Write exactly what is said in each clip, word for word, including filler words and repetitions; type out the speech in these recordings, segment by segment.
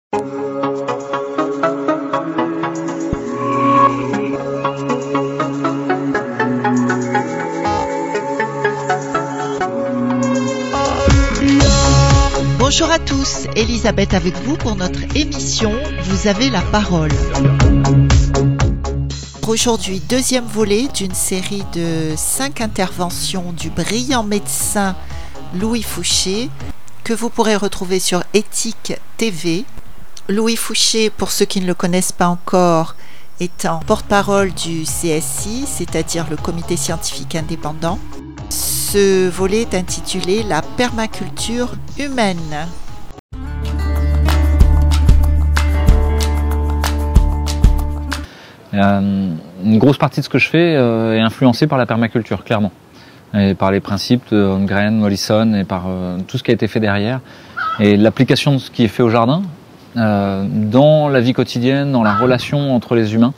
Bonjour à tous, Elisabeth avec vous pour notre émission Vous avez la parole. Aujourd'hui, deuxième volet d'une série de cinq interventions du brillant médecin Louis Fouché que vous pourrez retrouver sur Éthique T V. Louis Fouché, pour ceux qui ne le connaissent pas encore, étant porte-parole du C S I, c'est-à-dire le Comité scientifique indépendant. Ce volet est intitulé La permaculture humaine. Euh, une grosse partie de ce que je fais euh, est influencée par la permaculture, clairement. Et par les principes de Holmgren, Mollison et par euh, tout ce qui a été fait derrière. Et l'application de ce qui est fait au jardin euh, dans la vie quotidienne, dans la relation entre les humains.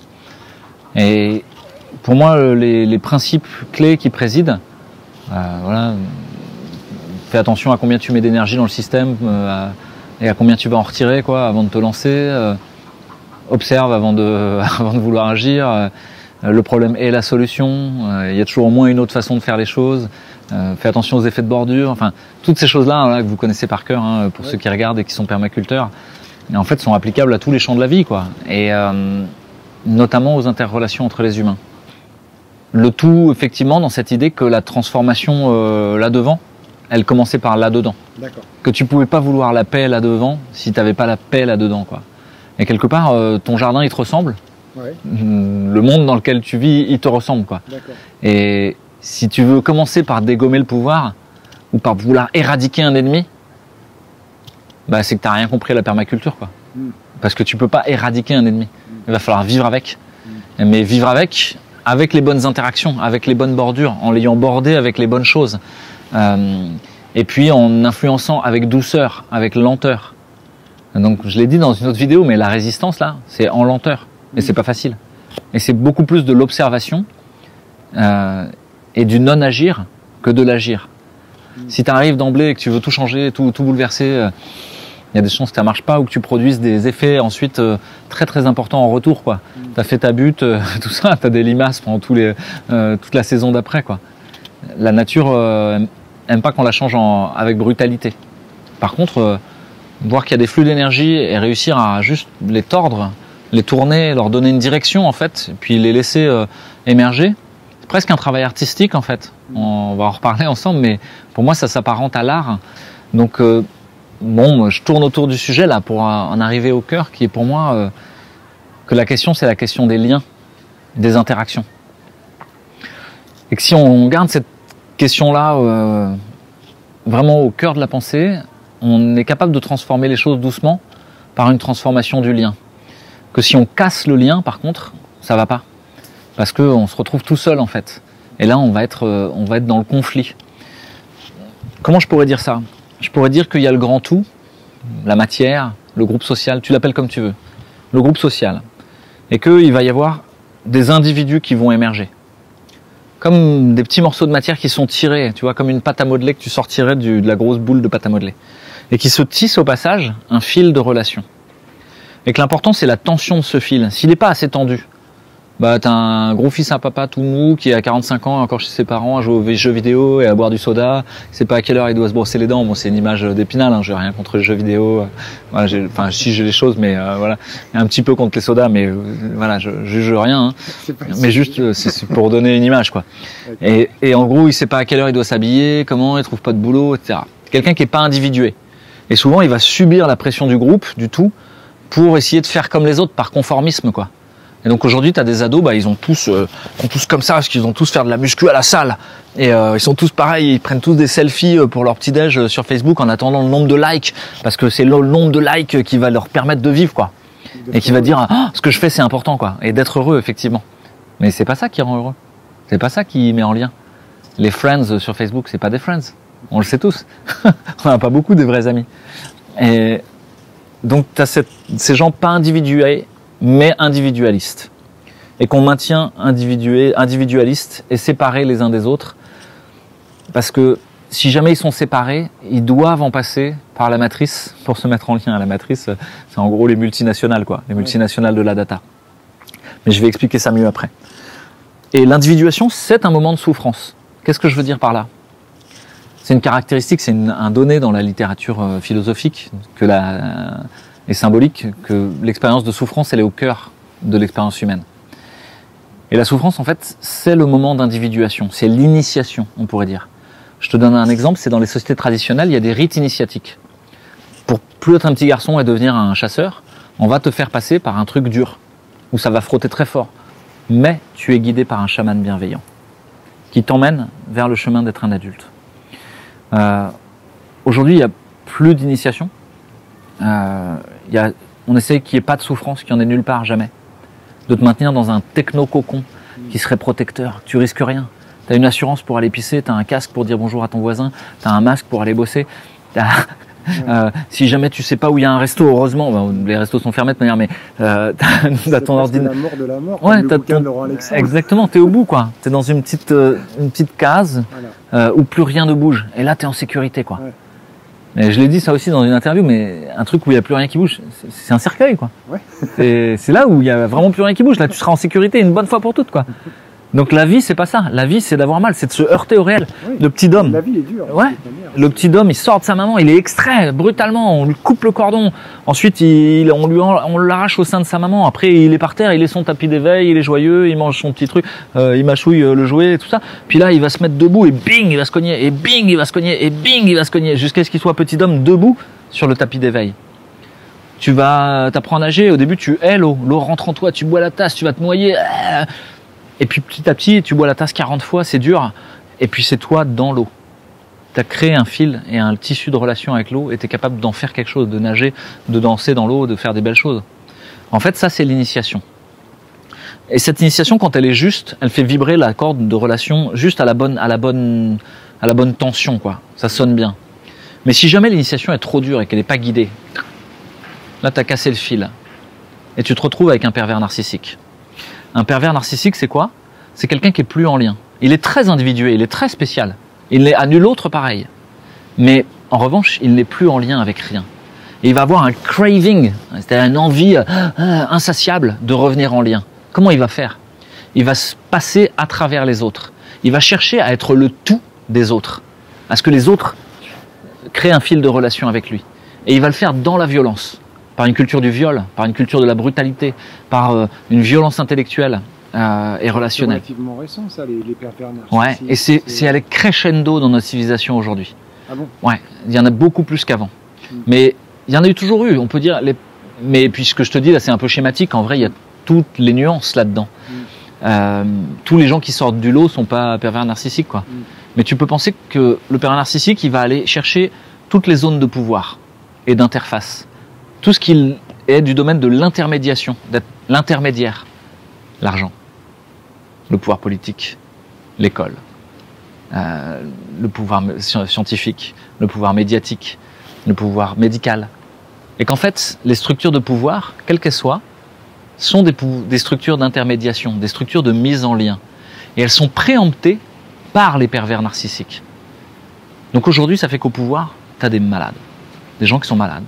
Et pour moi, les, les principes clés qui président, Euh, voilà, fais attention à combien tu mets d'énergie dans le système euh, et à combien tu vas en retirer quoi, avant de te lancer. Euh, observe avant de, avant de vouloir agir. Euh, le problème est la solution. Euh, il y a toujours au moins une autre façon de faire les choses. Euh, fais attention aux effets de bordure. Enfin, toutes ces choses-là là, que vous connaissez par cœur hein, pour ouais. ceux qui regardent et qui sont permaculteurs, en fait, sont applicables à tous les champs de la vie, quoi. Et euh, notamment aux interrelations entre les humains. Le tout, effectivement, dans cette idée que la transformation euh, là-devant, elle commençait par là-dedans. D'accord. Que tu pouvais pas vouloir la paix là-devant si tu n'avais pas la paix là-dedans, quoi. Et quelque part, euh, ton jardin, il te ressemble. Ouais. Le monde dans lequel tu vis, il te ressemble, quoi. D'accord. Et si tu veux commencer par dégommer le pouvoir ou par vouloir éradiquer un ennemi, bah, c'est que tu n'as rien compris à la permaculture, quoi. Mm. Parce que tu peux pas éradiquer un ennemi. Mm. Il va falloir vivre avec. Mm. Mais vivre avec... avec les bonnes interactions, avec les bonnes bordures, en l'ayant bordé avec les bonnes choses. Euh, et puis en influençant avec douceur, avec lenteur. Donc je l'ai dit dans une autre vidéo, mais la résistance là, c'est en lenteur. Et c'est pas facile. Et c'est beaucoup plus de l'observation euh, et du non-agir que de l'agir. Si tu arrives d'emblée et que tu veux tout changer, tout, tout bouleverser, il euh, y a des chances que ça marche pas ou que tu produises des effets ensuite euh, très très importants en retour, quoi. Mm. T'as fait ta butte, euh, tout ça, t'as des limaces pendant tous les, euh, toute la saison d'après, quoi. La nature euh, aime pas qu'on la change en, avec brutalité. Par contre, euh, voir qu'il y a des flux d'énergie et réussir à juste les tordre, les tourner, leur donner une direction en fait, et puis les laisser euh, émerger, c'est presque un travail artistique en fait. Mm. On va en reparler ensemble, mais pour moi ça s'apparente à l'art. Donc euh, Bon, je tourne autour du sujet là pour en arriver au cœur, qui est pour moi euh, que la question, c'est la question des liens, des interactions. Et que si on garde cette question-là euh, vraiment au cœur de la pensée, on est capable de transformer les choses doucement par une transformation du lien. Que si on casse le lien, par contre, ça va pas, parce que on se retrouve tout seul en fait. Et là, on va être, euh, on va être dans le conflit. Comment je pourrais dire ça ? Je pourrais dire qu'il y a le grand tout, la matière, le groupe social, tu l'appelles comme tu veux, le groupe social, et qu'il va y avoir des individus qui vont émerger, comme des petits morceaux de matière qui sont tirés, tu vois, comme une pâte à modeler que tu sortirais du, de la grosse boule de pâte à modeler, et qui se tissent au passage un fil de relation. Et que l'important, c'est la tension de ce fil. S'il n'est pas assez tendu, bah, t'as un gros fils à papa tout mou qui a quarante-cinq ans encore chez ses parents à jouer aux jeux vidéo et à boire du soda. Il sait pas à quelle heure il doit se brosser les dents. Bon, c'est une image d'Épinal, hein. J'ai rien contre les jeux vidéo. Voilà, j'ai, enfin, si j'ai les choses, mais euh, voilà, un petit peu contre les sodas, mais euh, voilà, je juge rien. Hein. Mais juste, euh, c'est, c'est pour donner une image, quoi. Et, et en gros, il sait pas à quelle heure il doit s'habiller, comment, il trouve pas de boulot, et cetera. Quelqu'un qui est pas individué. Et souvent, il va subir la pression du groupe, du tout, pour essayer de faire comme les autres par conformisme, quoi. Et donc aujourd'hui, tu as des ados, bah, ils ont tous, euh, sont tous comme ça, parce qu'ils ont tous faire de la muscu à la salle. Et euh, ils sont tous pareils, ils prennent tous des selfies pour leur petit-déj sur Facebook en attendant le nombre de likes, parce que c'est le nombre de likes qui va leur permettre de vivre, quoi. Et qui va dire, ah, ce que je fais, c'est important, quoi. Et d'être heureux, effectivement. Mais c'est pas ça qui rend heureux. C'est pas ça qui met en lien. Les friends sur Facebook, c'est pas des friends. On le sait tous. On n'a pas beaucoup de vrais amis. Et donc, tu as cette, ces gens pas individués, mais individualistes, et qu'on maintient individué, individualistes et séparés les uns des autres, parce que si jamais ils sont séparés, ils doivent en passer par la matrice pour se mettre en lien. La matrice, c'est en gros les multinationales, quoi, les multinationales de la data. Mais je vais expliquer ça mieux après. Et l'individuation, c'est un moment de souffrance. Qu'est-ce que je veux dire par là ? C'est une caractéristique, c'est une, un donné dans la littérature euh, philosophique que la, euh, et symbolique que l'expérience de souffrance, elle est au cœur de l'expérience humaine. Et la souffrance, en fait, c'est le moment d'individuation, c'est l'initiation, on pourrait dire. Je te donne un exemple, c'est dans les sociétés traditionnelles, il y a des rites initiatiques. Pour plus être un petit garçon et devenir un chasseur, on va te faire passer par un truc dur, où ça va frotter très fort. Mais tu es guidé par un chaman bienveillant, qui t'emmène vers le chemin d'être un adulte. Euh, aujourd'hui, il n'y a plus d'initiation. Euh, il y a, on essaie qu'il n'y ait pas de souffrance, qu'il n'y en ait nulle part, jamais. De te maintenir dans un techno-cocon qui serait protecteur. Tu risques rien. Tu as une assurance pour aller pisser, tu as un casque pour dire bonjour à ton voisin, tu as un masque pour aller bosser. Euh, si jamais tu sais pas où il y a un resto, heureusement, ben, les restos sont fermés de manière, mais euh, t'as, t'as ton ordinateur. La mort de la mort. Ouais, t'as ton... Exactement, t'es au bout, quoi. T'es dans une petite, euh, une petite case voilà. euh, où plus rien ne bouge. Et là, t'es en sécurité, quoi. Ouais. Et je l'ai dit ça aussi dans une interview, mais un truc où il y a plus rien qui bouge, c'est, c'est un cercueil, quoi. Ouais. c'est, c'est là où il y a vraiment plus rien qui bouge. Là, tu seras en sécurité une bonne fois pour toutes, quoi. Donc la vie, c'est pas ça. La vie, c'est d'avoir mal, c'est de se heurter au réel. Oui, le petit Dom. La vie est dure. Ouais. Le petit Dom, il sort de sa maman, il est extrait brutalement, on lui coupe le cordon. Ensuite, il, on lui, on l'arrache au sein de sa maman. Après, il est par terre, il est son tapis d'éveil, il est joyeux, il mange son petit truc, euh, il mâchouille le jouet et tout ça. Puis là, il va se mettre debout et bing, il va se cogner, et bing, il va se cogner, et bing, il va se cogner, jusqu'à ce qu'il soit petit Dom debout sur le tapis d'éveil. Tu vas t'apprendre à nager. Au début, tu hais l'eau, l'eau rentre en toi, tu bois la tasse, tu vas te noyer. Et puis petit à petit, tu bois la tasse quarante fois, c'est dur. Et puis c'est toi dans l'eau. Tu as créé un fil et un tissu de relation avec l'eau et tu es capable d'en faire quelque chose, de nager, de danser dans l'eau, de faire des belles choses. En fait, ça, c'est l'initiation. Et cette initiation, quand elle est juste, elle fait vibrer la corde de relation juste à la bonne, à la bonne, à la bonne tension, quoi. Ça sonne bien. Mais si jamais l'initiation est trop dure et qu'elle n'est pas guidée, là, tu as cassé le fil. Et tu te retrouves avec un pervers narcissique. Un pervers narcissique, c'est quoi ? C'est quelqu'un qui est plus en lien. Il est très individué, il est très spécial. Il n'est à nul autre pareil. Mais en revanche, il n'est plus en lien avec rien. Et il va avoir un craving, c'est-à-dire une envie euh, insatiable de revenir en lien. Comment il va faire ? Il va se passer à travers les autres. Il va chercher à être le tout des autres. À ce que les autres créent un fil de relation avec lui. Et il va le faire dans la violence. Par une culture du viol, par une culture de la brutalité, par euh, une violence intellectuelle euh, et relationnelle. C'est relativement récent, ça, les, les pervers narcissiques. Ouais, et c'est, c'est... c'est allé crescendo dans notre civilisation aujourd'hui. Ah bon ? Ouais, il y en a beaucoup plus qu'avant. Mm. Mais il y en a eu toujours eu, on peut dire. Les... Mais puis ce que je te dis là, c'est un peu schématique. En vrai, il y a toutes les nuances là-dedans. Mm. Euh, tous les gens qui sortent du lot sont pas pervers narcissiques, quoi. Mm. Mais tu peux penser que le pervers narcissique, il va aller chercher toutes les zones de pouvoir et d'interface. Tout ce qui est du domaine de l'intermédiation, d'être l'intermédiaire, l'argent, le pouvoir politique, l'école, euh, le pouvoir scientifique, le pouvoir médiatique, le pouvoir médical. Et qu'en fait, les structures de pouvoir, quelles qu'elles soient, sont des, pou- des structures d'intermédiation, des structures de mise en lien. Et elles sont préemptées par les pervers narcissiques. Donc aujourd'hui, ça fait qu'au pouvoir, tu as des malades, des gens qui sont malades.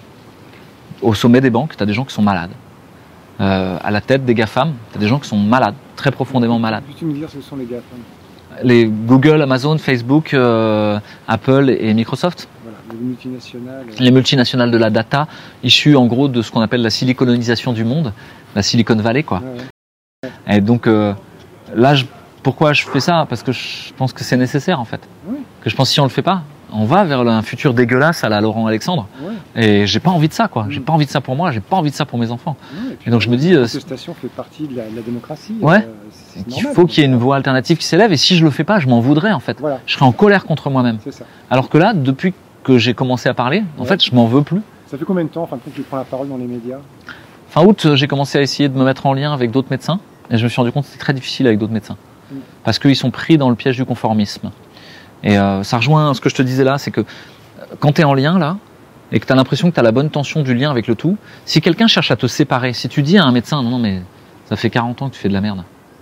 Au sommet des banques, tu as des gens qui sont malades. Euh, à la tête des GAFAM, tu as des gens qui sont malades, très profondément malades. Peux-tu me dire ce sont les GAFAM ? Les Google, Amazon, Facebook, euh, Apple et Microsoft. Voilà, les multinationales. Les multinationales de la data, issues en gros de ce qu'on appelle la siliconisation du monde, la Silicon Valley, quoi. Ouais, ouais. Et donc euh, là, je, pourquoi je fais ça ? Parce que je pense que c'est nécessaire, en fait. Ouais. Que je pense que si on le fait pas, on va vers un futur dégueulasse à la Laurent Alexandre. Ouais. Et j'ai pas envie de ça, quoi. Mmh. J'ai pas envie de ça pour moi, j'ai pas envie de ça pour mes enfants. Ouais, et, et donc je me dis. La contestation euh, fait partie de la, de la démocratie. Ouais. Euh, c'est il normal, faut qu'il y ait une voie alternative qui s'élève. Et si je le fais pas, je m'en voudrais, en fait. Voilà. Je serais en colère contre moi-même. C'est ça. Alors que là, depuis que j'ai commencé à parler, en ouais. fait, je m'en veux plus. Ça fait combien de temps, enfin, que tu prends la parole dans les médias ? Fin août, j'ai commencé à essayer de me mettre en lien avec d'autres médecins. Et je me suis rendu compte que c'était très difficile avec d'autres médecins. Mmh. Parce qu'ils sont pris dans le piège du conformisme. Et euh, ça rejoint ce que je te disais là, c'est que quand tu es en lien là, et que tu as l'impression que tu as la bonne tension du lien avec le tout, si quelqu'un cherche à te séparer, si tu dis à un médecin, non, non mais ça fait quarante ans que tu fais de la merde,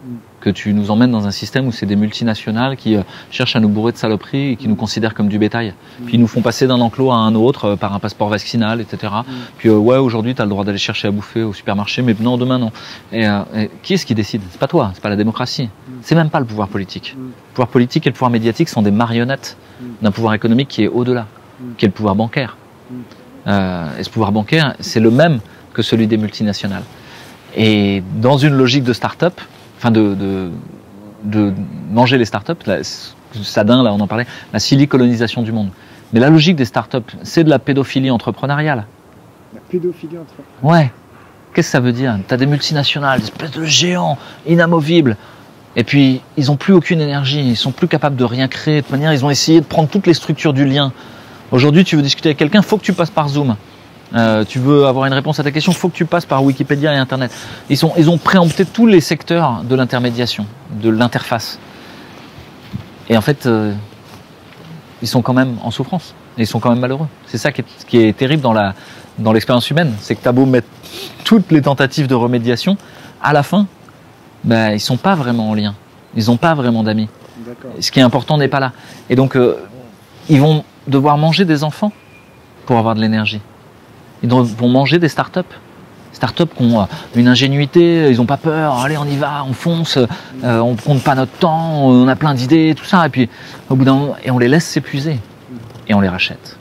que tu nous emmènes dans un système où c'est des multinationales qui euh, cherchent à nous bourrer de saloperies et qui nous considèrent comme du bétail. Mmh. Puis ils nous font passer d'un enclos à un autre euh, par un passeport vaccinal, et cetera. Mmh. Puis euh, ouais, aujourd'hui tu as le droit d'aller chercher à bouffer au supermarché, mais non, demain non. Et, euh, et qui est-ce qui décide? C'est pas toi, c'est pas la démocratie. Mmh. C'est même pas le pouvoir politique. Mmh. Le pouvoir politique et le pouvoir médiatique sont des marionnettes mmh. d'un pouvoir économique qui est au-delà, mmh. qui est le pouvoir bancaire. Mmh. Euh, et ce pouvoir bancaire, c'est le même que celui des multinationales. Et dans une logique de start-up, enfin de, de, de manger les startups, la, Sadin, là on en parlait, la silicolonisation du monde. Mais la logique des startups, c'est de la pédophilie entrepreneuriale. La pédophilie entrepreneuriale. Ouais. Qu'est-ce que ça veut dire? T'as des multinationales, des espèces de géants, inamovibles. Et puis, ils n'ont plus aucune énergie, ils sont plus capables de rien créer. De toute manière, ils ont essayé de prendre toutes les structures du lien. Aujourd'hui, tu veux discuter avec quelqu'un, faut que tu passes par Zoom. Euh, tu veux avoir une réponse à ta question, il faut que tu passes par Wikipédia et Internet. Ils, sont, ils ont préempté tous les secteurs de l'intermédiation, de l'interface. Et en fait, euh, ils sont quand même en souffrance. Et ils sont quand même malheureux. C'est ça qui est, qui est terrible dans, la, dans l'expérience humaine. C'est que tu as beau mettre toutes les tentatives de remédiation, à la fin, ben, ils ne sont pas vraiment en lien. Ils n'ont pas vraiment d'amis. D'accord. Ce qui est important n'est pas là. Et donc, euh, ils vont devoir manger des enfants pour avoir de l'énergie. Ils vont manger des startups. Startups qui ont une ingénuité, ils n'ont pas peur, allez on y va, on fonce, euh, on ne compte pas notre temps, on a plein d'idées, tout ça, et puis au bout d'un moment, et on les laisse s'épuiser, et on les rachète.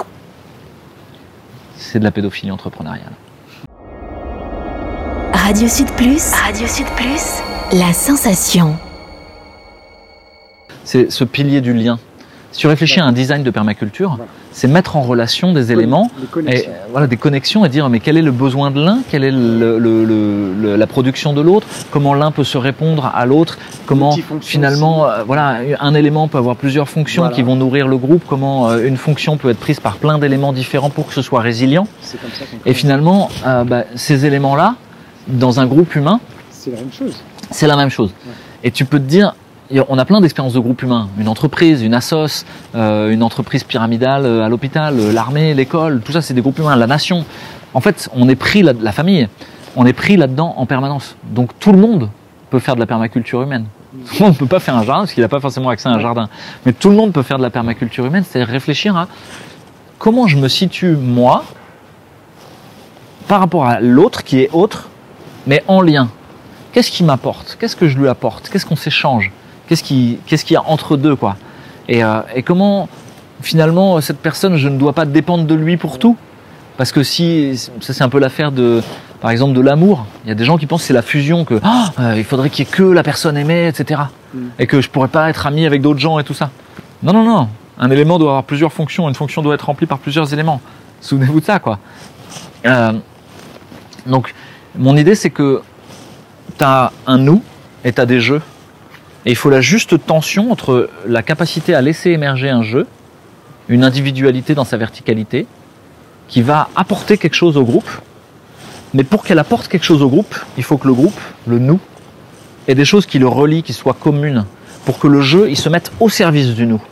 C'est de la pédophilie entrepreneuriale. Radio Sud Plus, Radio Sud Plus, la sensation. C'est ce pilier du lien. Si tu réfléchis à un design de permaculture, voilà. C'est mettre en relation des éléments, et, voilà, des connexions, et dire mais quel est le besoin de l'un, quelle est le, le, le, le, la production de l'autre, comment l'un peut se répondre à l'autre, comment finalement euh, voilà, un élément peut avoir plusieurs fonctions voilà. qui vont nourrir le groupe, comment euh, une fonction peut être prise par plein d'éléments différents pour que ce soit résilient. C'est comme ça qu'on et finalement, euh, bah, ces éléments-là, dans un groupe humain, c'est la même chose. C'est la même chose. Ouais. Et tu peux te dire, on a plein d'expériences de groupe humain, une entreprise, une assoce, euh, une entreprise pyramidale à l'hôpital, l'armée, l'école, tout ça c'est des groupes humains, la nation. En fait, on est pris, là, la famille, on est pris là-dedans en permanence. Donc tout le monde peut faire de la permaculture humaine. Tout le monde ne peut pas faire un jardin parce qu'il n'a pas forcément accès à un jardin. Mais tout le monde peut faire de la permaculture humaine, c'est réfléchir à comment je me situe moi par rapport à l'autre qui est autre, mais en lien. Qu'est-ce qui m'apporte? Qu'est-ce que je lui apporte? Qu'est-ce qu'on s'échange? Qu'est-ce qui, qu'est-ce qu'il y a entre deux, quoi? Et, euh, et comment, finalement, cette personne, je ne dois pas dépendre de lui pour tout? Parce que si, ça c'est un peu l'affaire de, par exemple, de l'amour. Il y a des gens qui pensent que c'est la fusion, que oh, euh, il faudrait qu'il y ait que la personne aimée, et cetera. Mm. Et que je pourrais pas être ami avec d'autres gens et tout ça. Non, non, non. Un élément doit avoir plusieurs fonctions. Une fonction doit être remplie par plusieurs éléments. Souvenez-vous de ça, quoi. Euh, donc, mon idée, c'est que t'as un nous et t'as des jeux. Et il faut la juste tension entre la capacité à laisser émerger un jeu, une individualité dans sa verticalité, qui va apporter quelque chose au groupe. Mais pour qu'elle apporte quelque chose au groupe, il faut que le groupe, le nous, ait des choses qui le relient, qui soient communes, pour que le jeu, il se mette au service du nous.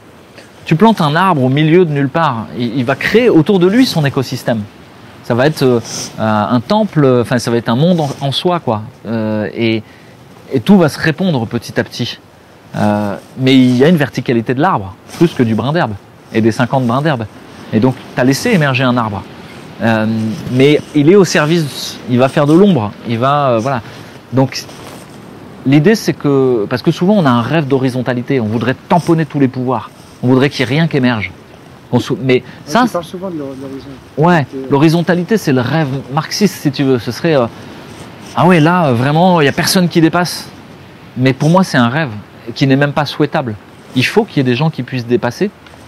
Tu plantes un arbre au milieu de nulle part, il, il va créer autour de lui son écosystème. Ça va être euh, un temple, enfin ça va être un monde en, en soi, quoi. Euh, et Et tout va se répondre petit à petit. Euh, mais il y a une verticalité de l'arbre, plus que du brin d'herbe, et des cinquante brins d'herbe. Et donc, tu as laissé émerger un arbre. Euh, mais il est au service, il va faire de l'ombre. Il va, euh, voilà. Donc, l'idée, c'est que, parce que souvent, on a un rêve d'horizontalité. On voudrait tamponner tous les pouvoirs. On voudrait qu'il n'y ait rien qui émerge. Sou... Mais ouais, ça. Tu parles souvent de l'horizontalité. Ouais, l'horizontalité, c'est le rêve marxiste, si tu veux. Ce serait. Euh, Ah ouais, là, vraiment, il n'y a personne qui dépasse. Mais pour moi, c'est un rêve qui n'est même pas souhaitable. Il faut qu'il y ait des gens qui puissent dépasser,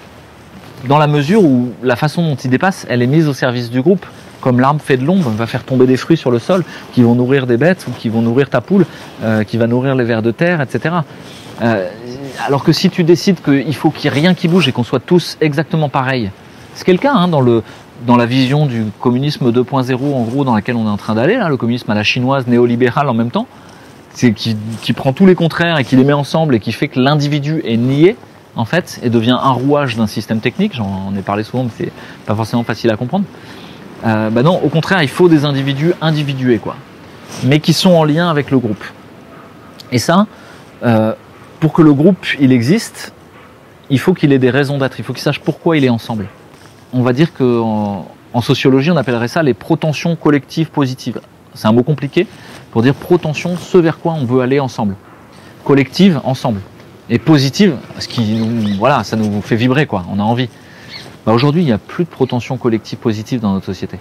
dans la mesure où la façon dont ils dépassent, elle est mise au service du groupe. Comme l'arbre fait de l'ombre, va faire tomber des fruits sur le sol, qui vont nourrir des bêtes, ou qui vont nourrir ta poule, euh, qui va nourrir les vers de terre, et cetera. Euh, alors que si tu décides qu'il faut qu'il n'y ait rien qui bouge et qu'on soit tous exactement pareils, c'est le cas hein, dans le... dans la vision du communisme deux point zéro, en gros, dans laquelle on est en train d'aller, là, le communisme à la chinoise, néolibéral en même temps, c'est qui, qui prend tous les contraires et qui les met ensemble et qui fait que l'individu est nié, en fait, et devient un rouage d'un système technique. J'en ai parlé souvent, mais c'est pas forcément facile à comprendre. Euh, bah non, au contraire, il faut des individus individués, quoi, mais qui sont en lien avec le groupe. Et ça, euh, pour que le groupe il existe, il faut qu'il ait des raisons d'être, il faut qu'il sache pourquoi il est ensemble. On va dire qu'en en sociologie, on appellerait ça les protensions collectives positives. C'est un mot compliqué pour dire protension, ce vers quoi on veut aller ensemble. Collective, ensemble. Et positive, ce qui nous, voilà, ça nous fait vibrer, quoi. On a envie. Bah aujourd'hui, il n'y a plus de protensions collectives positives dans notre société.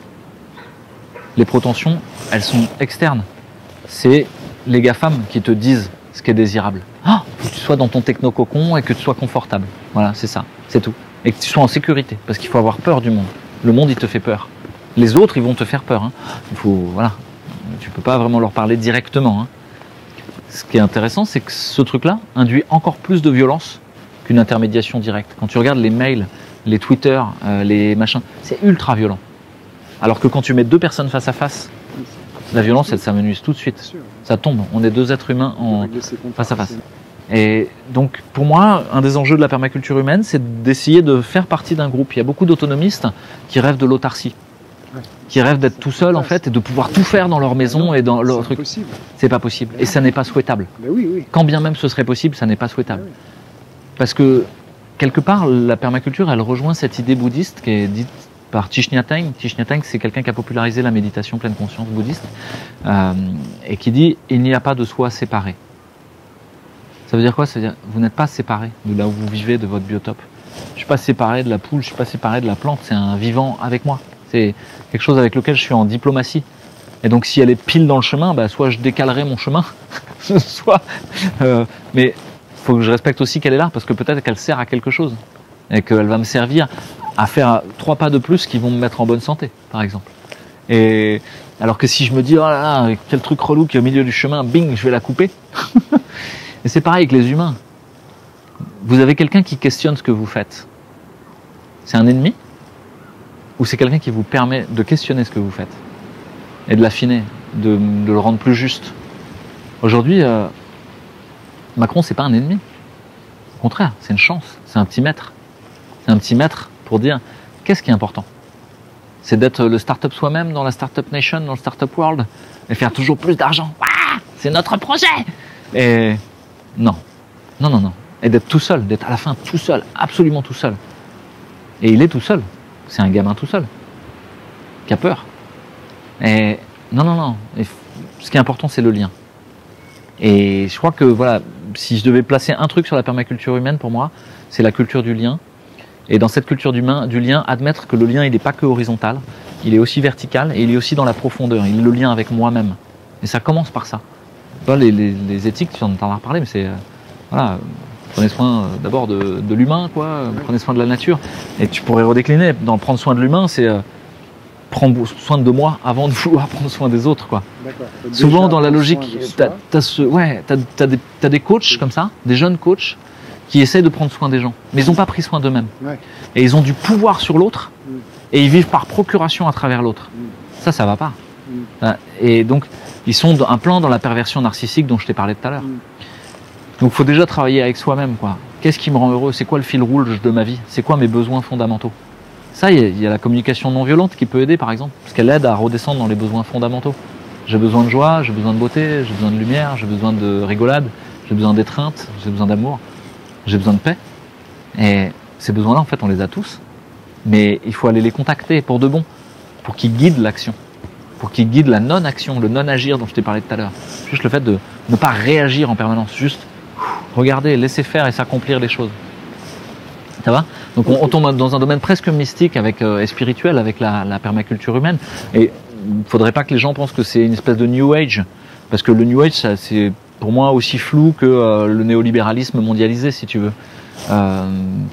Les protensions, elles sont externes. C'est les GAFAM qui te disent ce qui est désirable. Ah, faut que tu sois dans ton techno-cocon et que tu sois confortable. Voilà, c'est ça, c'est tout. Et que tu sois en sécurité, parce qu'il faut avoir peur du monde. Le monde, il te fait peur. Les autres, ils vont te faire peur. Hein. Il faut, voilà, tu peux pas vraiment leur parler directement. Hein. Ce qui est intéressant, c'est que ce truc-là induit encore plus de violence qu'une intermédiation directe. Quand tu regardes les mails, les Twitter, euh, les machins, c'est ultra violent. Alors que quand tu mets deux personnes face à face, la violence, elle s'amenuise tout de suite. Ça tombe. On est deux êtres humains en face à face. Et donc, pour moi, un des enjeux de la permaculture humaine, c'est d'essayer de faire partie d'un groupe. Il y a beaucoup d'autonomistes qui rêvent de l'autarcie, qui rêvent d'être tout seuls en fait et de pouvoir tout faire dans leur maison et dans leur truc. C'est pas possible. Et ça n'est pas souhaitable. Oui, oui. Quand bien même ce serait possible, ça n'est pas souhaitable. Parce que quelque part, la permaculture, elle rejoint cette idée bouddhiste qui est dite par Thich Nhat Hanh. Thich Nhat Hanh, c'est quelqu'un qui a popularisé la méditation pleine conscience bouddhiste euh, et qui dit il n'y a pas de soi séparé. Ça veut dire quoi? Ça veut dire vous n'êtes pas séparé de là où vous vivez, de votre biotope. Je suis pas séparé de la poule, je suis pas séparé de la plante. C'est un vivant avec moi. C'est quelque chose avec lequel je suis en diplomatie. Et donc si elle est pile dans le chemin, bah, soit je décalerai mon chemin, soit... Euh, mais il faut que je respecte aussi qu'elle est là, parce que peut-être qu'elle sert à quelque chose. Et qu'elle va me servir à faire trois pas de plus qui vont me mettre en bonne santé, par exemple. Et alors que si je me dis, oh là là, quel truc relou qui est au milieu du chemin, bing, je vais la couper. Et c'est pareil avec les humains. Vous avez quelqu'un qui questionne ce que vous faites. C'est un ennemi ? Ou c'est quelqu'un qui vous permet de questionner ce que vous faites et de l'affiner, de, de le rendre plus juste. Aujourd'hui, euh, Macron, c'est pas un ennemi. Au contraire, c'est une chance, c'est un petit maître. C'est un petit maître pour dire qu'est-ce qui est important. C'est d'être le start-up soi-même dans la start-up nation, dans le start-up world, et faire toujours plus d'argent. Ouah, c'est notre projet. Et non, non, non, non. Et d'être tout seul, d'être à la fin tout seul, absolument tout seul. Et il est tout seul. C'est un gamin tout seul, qui a peur. Et non, non, non. Et ce qui est important, c'est le lien. Et je crois que, voilà, si je devais placer un truc sur la permaculture humaine, pour moi, c'est la culture du lien. Et dans cette culture du, main, du lien, admettre que le lien, il n'est pas que horizontal, il est aussi vertical, et il est aussi dans la profondeur. Il est le lien avec moi-même. Et ça commence par ça. Les, les, les éthiques, tu en entendras reparler, mais c'est... Euh, voilà... Prenez soin euh, d'abord de, de l'humain, quoi. Prenez soin de la nature. Et tu pourrais redécliner. Dans prendre soin de l'humain, c'est euh, prendre soin de moi avant de vouloir prendre soin des autres, quoi. Souvent, dans la logique, t'as, t'as, ce, ouais, t'as, t'as, des, t'as des coachs comme ça, des jeunes coachs, qui essayent de prendre soin des gens. Mais ils n'ont pas pris soin d'eux-mêmes. Ouais. Et ils ont du pouvoir sur l'autre, mm. et ils vivent par procuration à travers l'autre. Mm. Ça, ça va pas. Mm. Et donc, ils sont un plan dans la perversion narcissique dont je t'ai parlé tout à l'heure. Mm. Donc il faut déjà travailler avec soi-même, quoi. Qu'est-ce qui me rend heureux? C'est quoi le fil rouge de ma vie? C'est quoi mes besoins fondamentaux? Ça, il y, y a la communication non violente qui peut aider, par exemple, parce qu'elle aide à redescendre dans les besoins fondamentaux. J'ai besoin de joie, j'ai besoin de beauté, j'ai besoin de lumière, j'ai besoin de rigolade, j'ai besoin d'étreinte, j'ai besoin d'amour, j'ai besoin de paix. Et ces besoins-là, en fait, on les a tous. Mais il faut aller les contacter pour de bon, pour qu'ils guident l'action, pour qu'ils guident la non-action, le non-agir dont je t'ai parlé tout à l'heure. Juste le fait de ne pas réagir en permanence, juste regarder, laisser faire et s'accomplir les choses. Ça va? Donc on, on tombe dans un domaine presque mystique avec, euh, et spirituel avec la, la permaculture humaine. Et il ne faudrait pas que les gens pensent que c'est une espèce de New Age. Parce que le New Age, ça, c'est pour moi aussi flou que euh, le néolibéralisme mondialisé, si tu veux. Euh,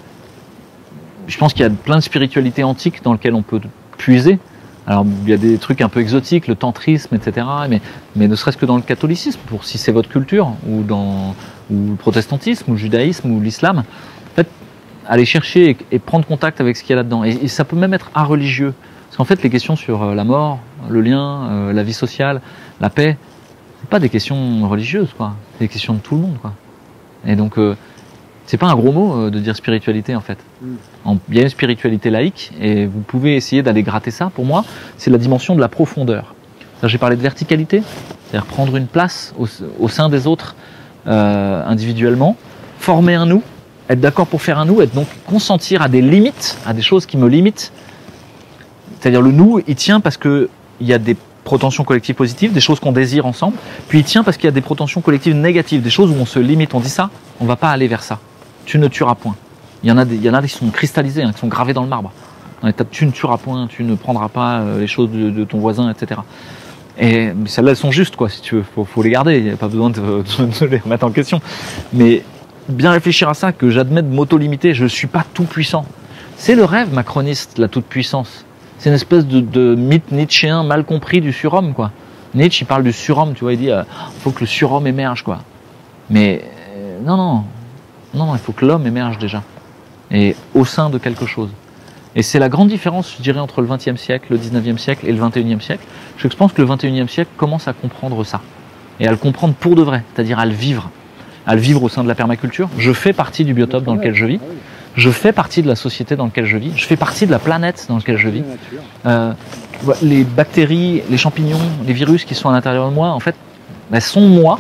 je pense qu'il y a plein de spiritualités antiques dans lesquelles on peut puiser. Alors, il y a des trucs un peu exotiques, le tantrisme, et cetera. Mais, mais ne serait-ce que dans le catholicisme, pour si c'est votre culture, ou dans ou le protestantisme, ou le judaïsme, ou l'islam, en fait, aller chercher et, et prendre contact avec ce qu'il y a là-dedans. Et, et ça peut même être areligieux. Parce qu'en fait, les questions sur euh, la mort, le lien, euh, la vie sociale, la paix, c'est pas des questions religieuses, quoi. C'est des questions de tout le monde, quoi. Et donc, euh, c'est pas un gros mot euh, de dire spiritualité, en fait. Mm. Il y a une spiritualité laïque, et vous pouvez essayer d'aller gratter ça. Pour moi, c'est la dimension de la profondeur. C'est-à-dire, j'ai parlé de verticalité, c'est-à-dire prendre une place au, au sein des autres, euh, individuellement, former un nous, être d'accord pour faire un nous, être donc consentir à des limites, à des choses qui me limitent. C'est-à-dire le nous, il tient parce qu'il y a des protensions collectives positives, des choses qu'on désire ensemble, puis il tient parce qu'il y a des protensions collectives négatives, des choses où on se limite, on dit ça, on ne va pas aller vers ça. Tu ne tueras point. Il y en a des, il y en a qui sont cristallisés, hein, qui sont gravés dans le marbre. Dans les tu ne tueras point, tu ne prendras pas euh, les choses de, de ton voisin, et cetera. Et celles-là, elles sont justes, quoi, si tu veux. Faut, faut les garder, il n'y a pas besoin de, de, de les remettre en question. Mais bien réfléchir à ça, que j'admets de m'auto-limiter, je ne suis pas tout puissant. C'est le rêve macroniste, la toute-puissance. C'est une espèce de, de mythe nietzschéen mal compris du surhomme, quoi. Nietzsche, il parle du surhomme, tu vois, il dit, euh, faut que le surhomme émerge, quoi. Mais euh, non, non, non, non, il faut que l'homme émerge déjà, et au sein de quelque chose. Et c'est la grande différence, je dirais, entre le vingtième siècle, le dix-neuvième siècle et le vingt et unième siècle. Je pense que le vingt et unième siècle commence à comprendre ça, et à le comprendre pour de vrai, c'est-à-dire à le vivre, à le vivre au sein de la permaculture. Je fais partie du biotope dans lequel je vis. Je fais partie de la société dans laquelle je vis, je fais partie de la planète dans laquelle je vis. Euh, les bactéries, les champignons, les virus qui sont à l'intérieur de moi, en fait, elles sont moi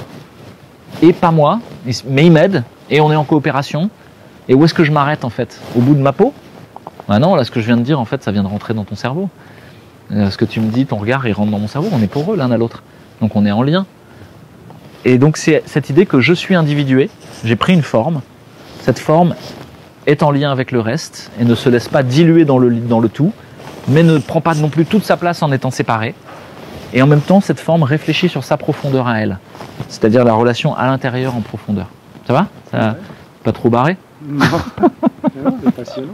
et pas moi, mais ils m'aident et on est en coopération. Et où est-ce que je m'arrête en fait? Au bout de ma peau? Ben non, là ce que je viens de dire, en fait, ça vient de rentrer dans ton cerveau. Euh, ce que tu me dis, ton regard, il rentre dans mon cerveau, on est pour eux l'un à l'autre. Donc on est en lien. Et donc c'est cette idée que je suis individué, j'ai pris une forme, cette forme est en lien avec le reste et ne se laisse pas diluer dans le, dans le tout, mais ne prend pas non plus toute sa place en étant séparée. Et en même temps, cette forme réfléchit sur sa profondeur à elle, c'est-à-dire la relation à l'intérieur en profondeur. Ça va? Ça ouais. Pas trop barré? Non, non, c'est passionnant.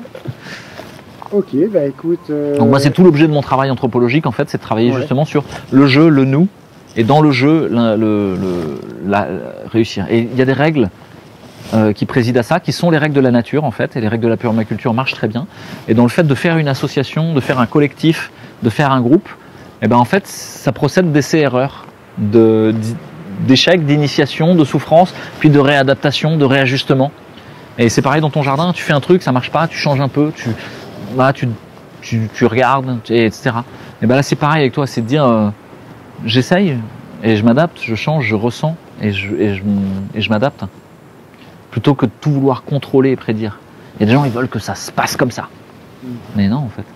Ok, bah écoute... Euh... Donc moi, c'est tout l'objet de mon travail anthropologique, en fait, c'est de travailler ouais. justement sur le jeu, le nous, et dans le jeu, le, le, le, la, réussir. Et il y a des règles Euh, qui président à ça, qui sont les règles de la nature en fait, et les règles de la permaculture marchent très bien. Et dans le fait de faire une association, de faire un collectif, de faire un groupe, et ben en fait ça procède d'essais-erreurs, de, d'échecs, d'initiation, de souffrance, puis de réadaptation, de réajustement. Et c'est pareil dans ton jardin, tu fais un truc, ça marche pas, tu changes un peu, tu, voilà, tu, tu, tu regardes, et etc. Et ben là c'est pareil avec toi, c'est de dire euh, j'essaye et je m'adapte, je change, je ressens et je, et je, et je m'adapte. Plutôt que de tout vouloir contrôler et prédire. Il y a des gens qui veulent que ça se passe comme ça. Mmh. Mais non, en fait.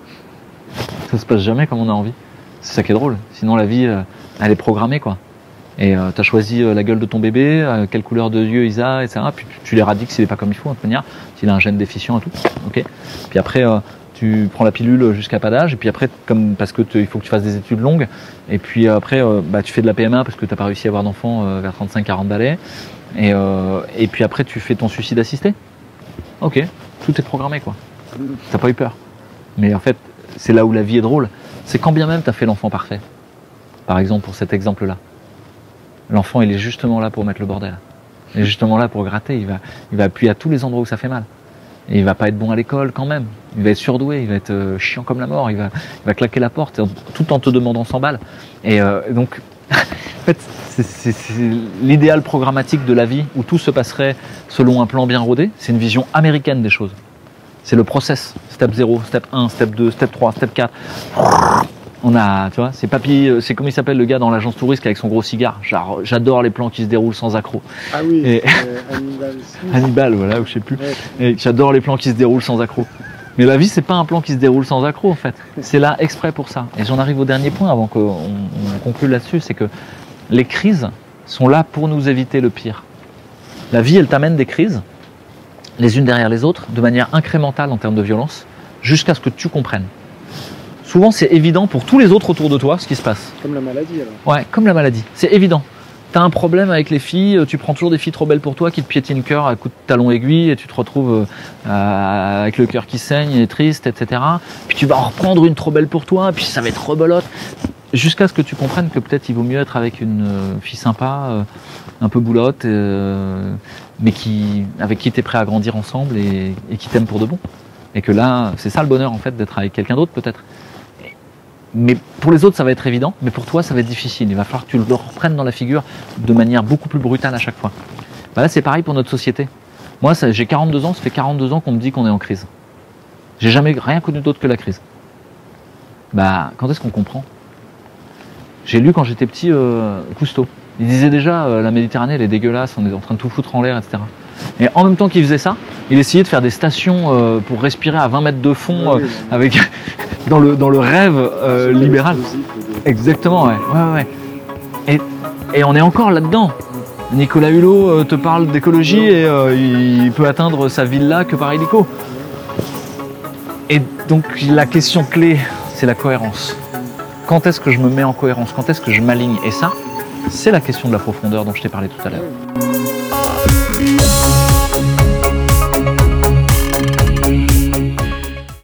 Ça se passe jamais comme on a envie. C'est ça qui est drôle. Sinon, la vie, euh, elle est programmée, quoi. Et euh, tu as choisi euh, la gueule de ton bébé, euh, quelle couleur de yeux il a, et cetera. Puis tu, tu l'éradiques s'il n'est pas comme il faut, de toute manière, s'il a un gène déficient et tout. Okay. Puis après, euh, tu prends la pilule jusqu'à pas d'âge. Et puis après, comme, parce que il faut que tu fasses des études longues. Et puis après, euh, bah, tu fais de la P M A parce que tu n'as pas réussi à avoir d'enfant euh, vers trente-cinq quarante balais. Et, euh, et puis après, tu fais ton suicide assisté. Ok, tout est programmé, quoi. T'as pas eu peur. Mais en fait, c'est là où la vie est drôle. C'est quand bien même t'as fait l'enfant parfait. Par exemple, pour cet exemple-là. L'enfant, il est justement là pour mettre le bordel. Il est justement là pour gratter. Il va, il va appuyer à tous les endroits où ça fait mal. Et il va pas être bon à l'école quand même. Il va être surdoué, il va être euh, chiant comme la mort. Il va, il va claquer la porte tout en te demandant cent balles. Et euh, donc... En fait, c'est, c'est, c'est l'idéal programmatique de la vie où tout se passerait selon un plan bien rodé. C'est une vision américaine des choses. C'est le process. Step zéro, step un, step deux, step trois, step quatre. On a, tu vois, c'est papy, c'est comme il s'appelle le gars dans l'agence touriste avec son gros cigare. Genre, j'adore les plans qui se déroulent sans accroc. Ah oui, et... euh, Hannibal. Hannibal, voilà, ou je sais plus. Ouais. Et j'adore les plans qui se déroulent sans accroc. Mais la vie, c'est pas un plan qui se déroule sans accroc, en fait. C'est là exprès pour ça. Et j'en arrive au dernier point avant qu'on on conclue là-dessus, c'est que les crises sont là pour nous éviter le pire. La vie, elle t'amène des crises, les unes derrière les autres, de manière incrémentale en termes de violence, jusqu'à ce que tu comprennes. Souvent, c'est évident pour tous les autres autour de toi ce qui se passe. Comme la maladie, alors. Ouais, comme la maladie. C'est évident. T'as un problème avec les filles, tu prends toujours des filles trop belles pour toi qui te piétinent le cœur à coups de talon aiguille et tu te retrouves euh, avec le cœur qui saigne et triste, et cetera. Puis tu vas en reprendre une trop belle pour toi, puis ça va être rebelote. Jusqu'à ce que tu comprennes que peut-être il vaut mieux être avec une euh, fille sympa, euh, un peu boulotte, euh, mais qui, avec qui tu es prêt à grandir ensemble et, et qui t'aime pour de bon. Et que là, c'est ça le bonheur en fait, d'être avec quelqu'un d'autre peut-être. Mais pour les autres, ça va être évident, mais pour toi, ça va être difficile. Il va falloir que tu le reprennes dans la figure de manière beaucoup plus brutale à chaque fois. Bah là, c'est pareil pour notre société. Moi, ça, j'ai quarante-deux ans, ça fait quarante-deux ans qu'on me dit qu'on est en crise. J'ai jamais rien connu d'autre que la crise. Bah, quand est-ce qu'on comprend ? J'ai lu quand j'étais petit euh, Cousteau, Il disait déjà euh, la Méditerranée elle est dégueulasse, on est en train de tout foutre en l'air, et cetera. Et en même temps qu'il faisait ça, il essayait de faire des stations euh, pour respirer à vingt mètres de fond, Ouais, euh, oui, avec dans le dans le rêve euh, libéral. Exactement, ouais, ouais, ouais. Et, et on est encore là-dedans. Nicolas Hulot euh, te parle d'écologie et euh, il peut atteindre sa villa que par hélico. Et donc la question clé, c'est la cohérence. Quand est-ce que je me mets en cohérence? Quand est-ce que je m'aligne? Et ça, c'est la question de la profondeur dont je t'ai parlé tout à l'heure.